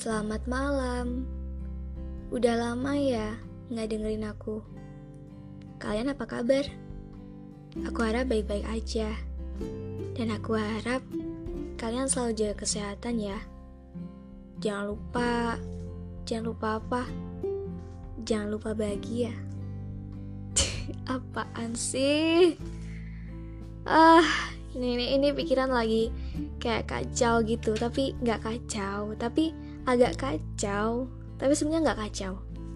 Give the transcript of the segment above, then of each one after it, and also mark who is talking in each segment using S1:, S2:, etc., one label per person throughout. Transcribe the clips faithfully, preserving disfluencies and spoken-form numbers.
S1: Selamat malam. Udah lama ya nggak dengerin aku. Kalian apa kabar? Aku harap baik-baik aja. Dan aku harap kalian selalu jaga kesehatan ya. Jangan lupa, jangan lupa apa? Jangan lupa bahagia. Apaan sih? Ah, ini, ini ini pikiran lagi kayak kacau gitu, tapi nggak kacau, tapi agak kacau, tapi sebenarnya nggak kacau.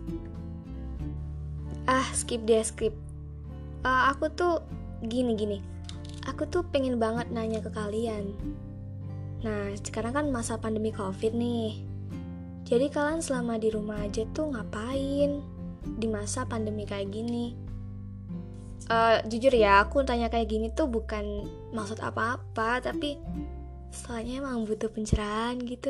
S1: Ah, skip deh, skip. Uh, aku tuh gini-gini. Aku tuh pengen banget nanya ke kalian. Nah, sekarang kan masa pandemi COVID nih. Jadi kalian selama di rumah aja tuh ngapain di masa pandemi kayak gini? Uh, jujur ya, aku tanya kayak gini tuh bukan maksud apa-apa, tapi soalnya emang butuh pencerahan gitu.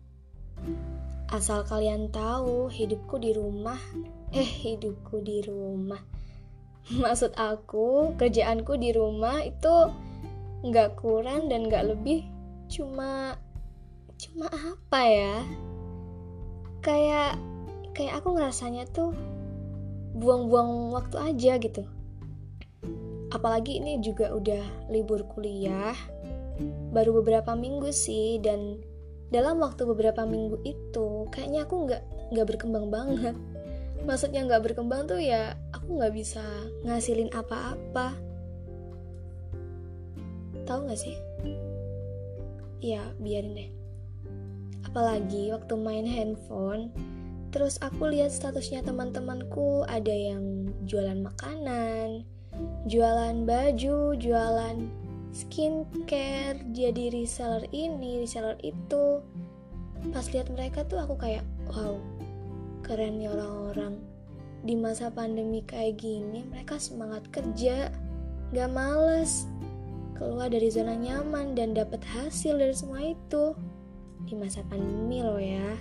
S1: Asal kalian tahu, hidupku di rumah, eh hidupku di rumah. Maksud aku, kerjaanku di rumah itu nggak kurang dan nggak lebih, cuma, cuma apa ya? Kayak, kayak aku ngerasanya tuh buang-buang waktu aja gitu. Apalagi ini juga udah libur kuliah, baru beberapa minggu sih, dan dalam waktu beberapa minggu itu kayaknya aku nggak nggak berkembang banget. Maksudnya nggak berkembang tuh ya aku nggak bisa ngasilin apa-apa. Tahu nggak sih? Ya biarin deh. Apalagi waktu main handphone, terus aku lihat statusnya teman-temanku, ada yang jualan makanan, jualan baju, jualan skincare, jadi reseller ini, reseller itu. Pas lihat mereka tuh aku kayak, wow, keren ya orang-orang. Di masa pandemi kayak gini, mereka semangat kerja, gak males, keluar dari zona nyaman dan dapat hasil dari semua itu. Di masa pandemi loh ya.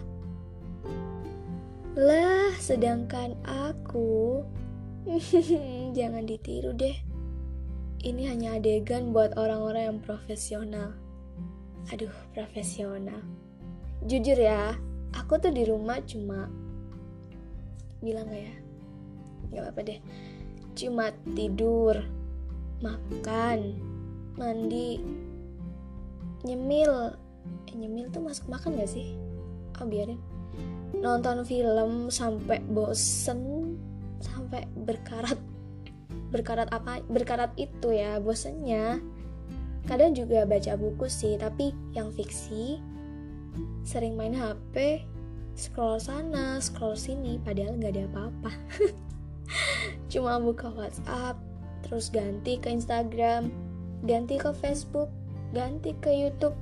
S1: Lah, sedangkan aku jangan ditiru deh. Ini hanya adegan buat orang-orang yang profesional. Aduh, profesional. Jujur ya, aku tuh di rumah cuma, bilang gak ya? Gak apa-apa deh. Cuma tidur, makan, mandi, nyemil. Eh, nyemil tuh masuk makan gak sih? Oh, biarin. Nonton film sampai bosen, sampai berkarat. Berkarat apa? Berkarat itu ya, bosennya. Kadang juga baca buku sih, tapi yang fiksi. Sering main H P, scroll sana, scroll sini, padahal gak ada apa-apa. Cuma buka WhatsApp, terus ganti ke Instagram, ganti ke Facebook, ganti ke YouTube.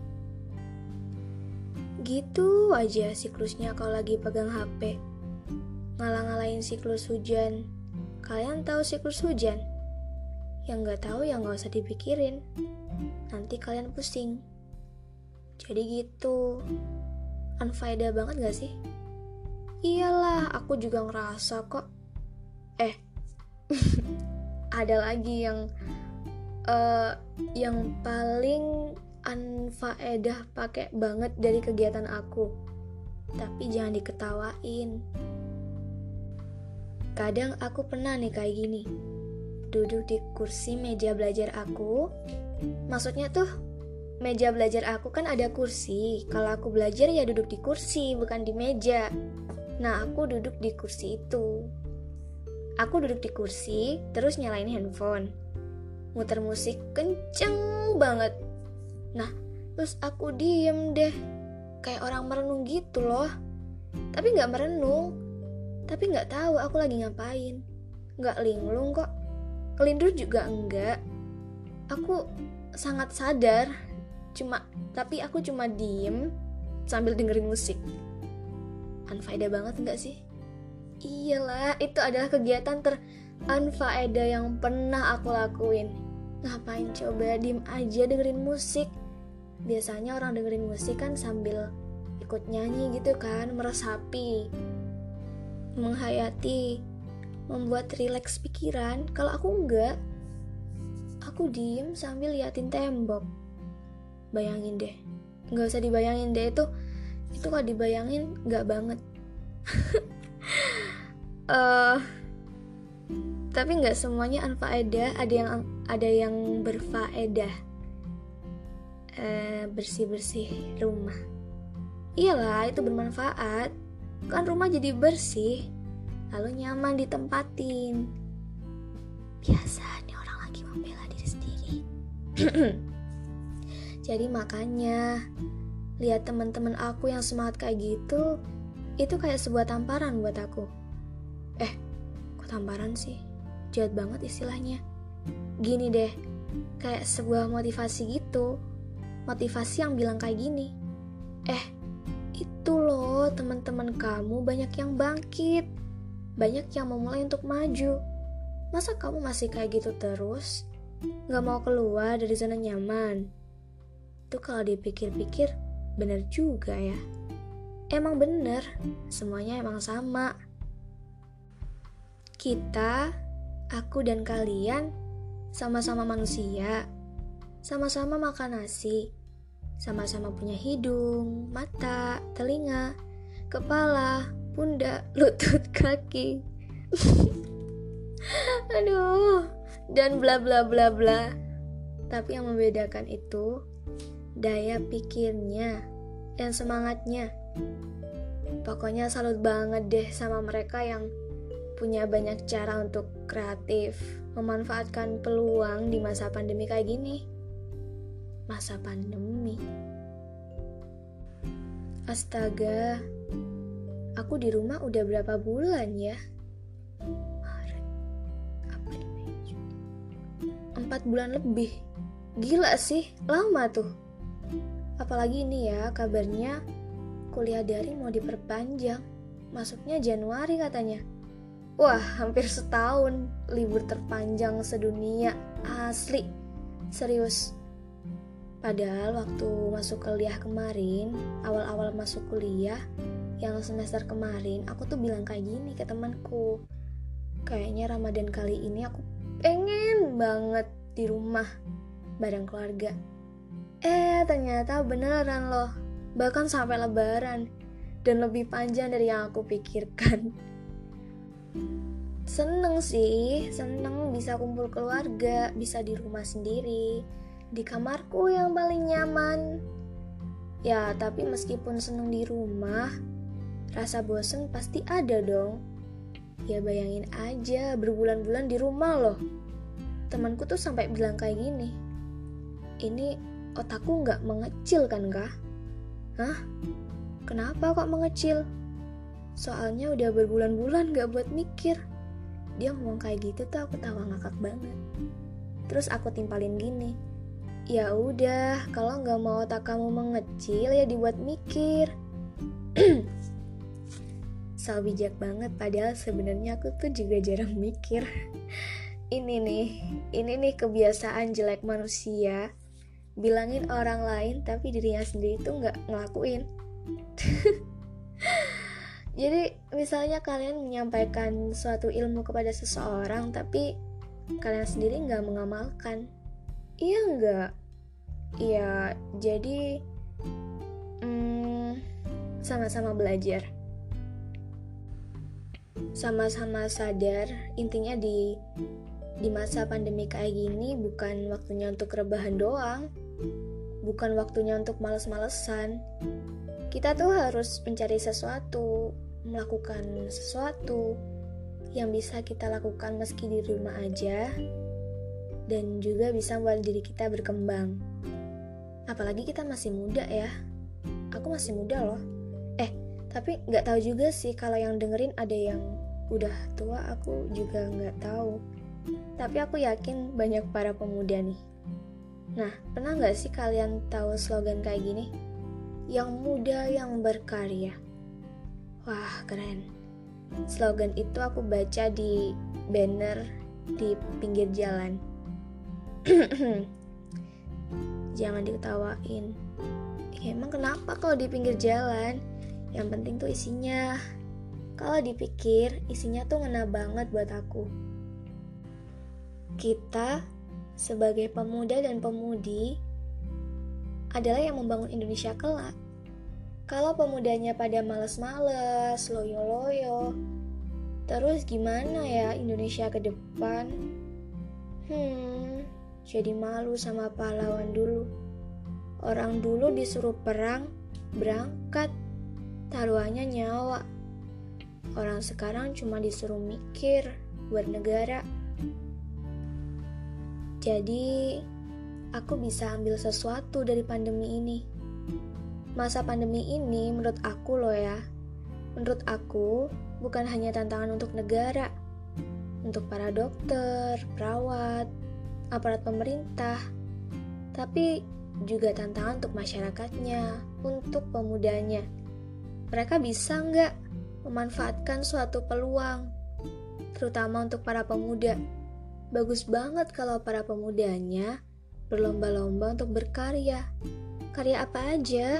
S1: Gitu aja siklusnya kalau lagi pegang H P. Ngalah-ngalahin siklus hujan. Kalian tahu siklus hujan? Yang gak tahu ya gak usah dipikirin. Nanti kalian pusing. Jadi gitu. Unfaedah banget gak sih? Iyalah, aku juga ngerasa kok. Eh, ada lagi yang uh, yang paling unfaedah pakai banget dari kegiatan aku. Tapi jangan diketawain. Kadang aku pernah nih kayak gini, duduk di kursi meja belajar aku. Maksudnya tuh, meja belajar aku kan ada kursi. Kalau aku belajar ya duduk di kursi, bukan di meja. Nah, aku duduk di kursi itu. Aku duduk di kursi, terus nyalain handphone, muter musik kenceng banget. Nah, terus aku diem deh, kayak orang merenung gitu loh. Tapi gak merenung, tapi gak tahu aku lagi ngapain. Gak linglung kok, kelindur juga enggak. Aku sangat sadar, cuma tapi aku cuma diem sambil dengerin musik. Unfaedah banget enggak sih? Iyalah, itu adalah kegiatan ter unfaedah yang pernah aku lakuin. Ngapain coba diem aja dengerin musik? Biasanya orang dengerin musik kan sambil ikut nyanyi gitu kan, meresapi, menghayati, membuat rileks pikiran. Kalau aku enggak, aku diem sambil liatin tembok. Bayangin deh, nggak usah dibayangin deh, itu Itu kalau dibayangin gak banget. uh, Tapi gak semuanya anfaedah, ada yang ada yang berfaedah. uh, Bersih-bersih rumah, iyalah itu bermanfaat. Kan rumah jadi bersih, lalu nyaman ditempatin. Biasa nih orang lagi membela diri sendiri. Jadi makanya lihat teman-teman aku yang semangat kayak gitu, itu kayak sebuah tamparan buat aku. Eh, kok tamparan sih? Jahat banget istilahnya. Gini deh, kayak sebuah motivasi gitu. Motivasi yang bilang kayak gini. Eh, itu loh teman-teman kamu banyak yang bangkit. Banyak yang memulai untuk maju. Masa kamu masih kayak gitu terus? Gak mau keluar dari zona nyaman? Itu kalau dipikir-pikir bener juga ya. Emang bener, semuanya emang sama. Kita, aku dan kalian sama-sama manusia, sama-sama makan nasi, sama-sama punya hidung, mata, telinga, kepala, pundak, lutut, kaki. Aduh, dan bla bla bla bla. Tapi yang membedakan itu daya pikirnya dan semangatnya. Pokoknya salut banget deh sama mereka yang punya banyak cara untuk kreatif, memanfaatkan peluang di masa pandemi kayak gini. Masa pandemi. Astaga, aku di rumah udah berapa bulan ya? Maret, April, Mei, Juni. Empat bulan lebih. Gila sih, lama tuh. Apalagi ini ya, kabarnya kuliah daring mau diperpanjang. Masuknya Januari katanya. Wah, hampir setahun libur terpanjang sedunia. Asli, serius. Padahal waktu masuk kuliah kemarin, awal-awal masuk kuliah, yang semester kemarin, aku tuh bilang kayak gini ke temanku. Kayaknya Ramadan kali ini aku pengen banget di rumah bareng keluarga. Eh, ternyata beneran loh. Bahkan sampai lebaran. Dan lebih panjang dari yang aku pikirkan. Seneng sih, seneng bisa kumpul keluarga, bisa di rumah sendiri, di kamarku yang paling nyaman. Ya, tapi meskipun seneng di rumah, rasa bosen pasti ada dong. Ya bayangin aja berbulan-bulan di rumah loh. Temanku tuh sampai bilang kayak gini. Ini otakku gak mengecil kan kah? Hah? Kenapa kok mengecil? Soalnya udah berbulan-bulan gak buat mikir. Dia ngomong kayak gitu tuh aku tawa ngakak banget. Terus aku timpalin gini. Ya udah, kalau gak mau otak kamu mengecil ya dibuat mikir. So bijak banget, padahal sebenarnya aku tuh juga jarang mikir. Ini nih, ini nih kebiasaan jelek manusia. Bilangin orang lain tapi dirinya sendiri tuh gak ngelakuin. Jadi misalnya kalian menyampaikan suatu ilmu kepada seseorang tapi kalian sendiri gak mengamalkan. Iya gak? Iya, jadi hmm, sama-sama belajar, sama-sama sadar. Intinya di di masa pandemi kayak gini bukan waktunya untuk rebahan doang, bukan waktunya untuk males-malesan. Kita tuh harus mencari sesuatu, melakukan sesuatu yang bisa kita lakukan meski di rumah aja, dan juga bisa membuat diri kita berkembang. Apalagi kita masih muda ya. Aku masih muda loh. Eh, tapi gak tahu juga sih kalau yang dengerin ada yang udah tua, aku juga gak tahu. Tapi aku yakin banyak para pemuda nih. Nah, pernah gak sih kalian tahu slogan kayak gini? Yang muda yang berkarya. Wah, keren. Slogan itu aku baca di banner di pinggir jalan. Jangan diketawain. Ya, emang kenapa kalau di pinggir jalan? Yang penting tuh isinya. Kalau dipikir, isinya tuh ngena banget buat aku. Kita sebagai pemuda dan pemudi adalah yang membangun Indonesia kelak. Kalau pemudanya pada males-males, loyo-loyo, terus gimana ya Indonesia ke depan? Hmm, jadi malu sama pahlawan dulu. Orang dulu disuruh perang, berangkat, taruhannya nyawa. Orang sekarang cuma disuruh mikir buat negara. Jadi, aku bisa ambil sesuatu dari pandemi ini. Masa pandemi ini menurut aku loh ya, menurut aku bukan hanya tantangan untuk negara, untuk para dokter, perawat, aparat pemerintah, tapi juga tantangan untuk masyarakatnya, untuk pemudanya. Mereka bisa nggak memanfaatkan suatu peluang, terutama untuk para pemuda. Bagus banget kalau para pemudanya berlomba-lomba untuk berkarya. Karya apa aja?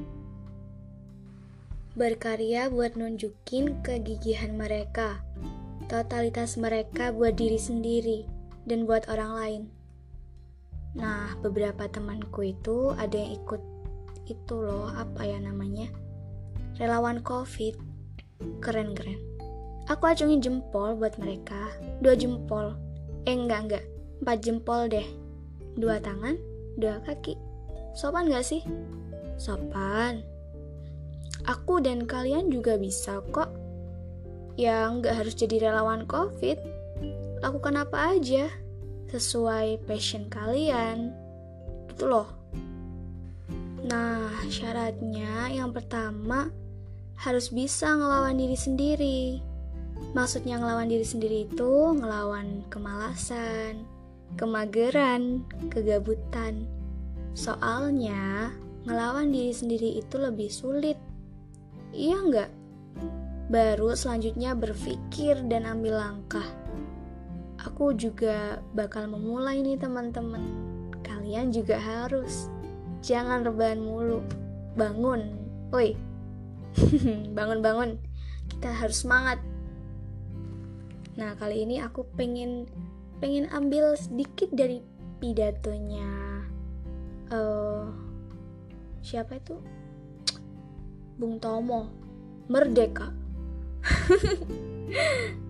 S1: Berkarya buat nunjukin kegigihan mereka, totalitas mereka buat diri sendiri dan buat orang lain. Nah, beberapa temanku itu ada yang ikut itu loh, apa ya namanya? Relawan COVID. Keren-keren. Aku acungin jempol buat mereka. Dua jempol. Eh enggak enggak, empat jempol deh. Dua tangan, dua kaki. Sopan gak sih? Sopan. Aku dan kalian juga bisa kok. Ya nggak harus jadi relawan COVID. Lakukan apa aja sesuai passion kalian. Gitu loh. Nah, syaratnya yang pertama harus bisa ngelawan diri sendiri. Maksudnya ngelawan diri sendiri itu ngelawan kemalasan, kemageran, kegabutan. Soalnya ngelawan diri sendiri itu lebih sulit. Iya enggak? Baru selanjutnya berpikir dan ambil langkah. Aku juga bakal memulai nih teman-teman. Kalian juga harus. Jangan rebahan mulu. Bangun. Woi. Bangun-bangun. Kita harus semangat. Nah, kali ini aku pengen pengen ambil sedikit dari pidatonya. Uh, siapa itu? Bung Tomo. Merdeka.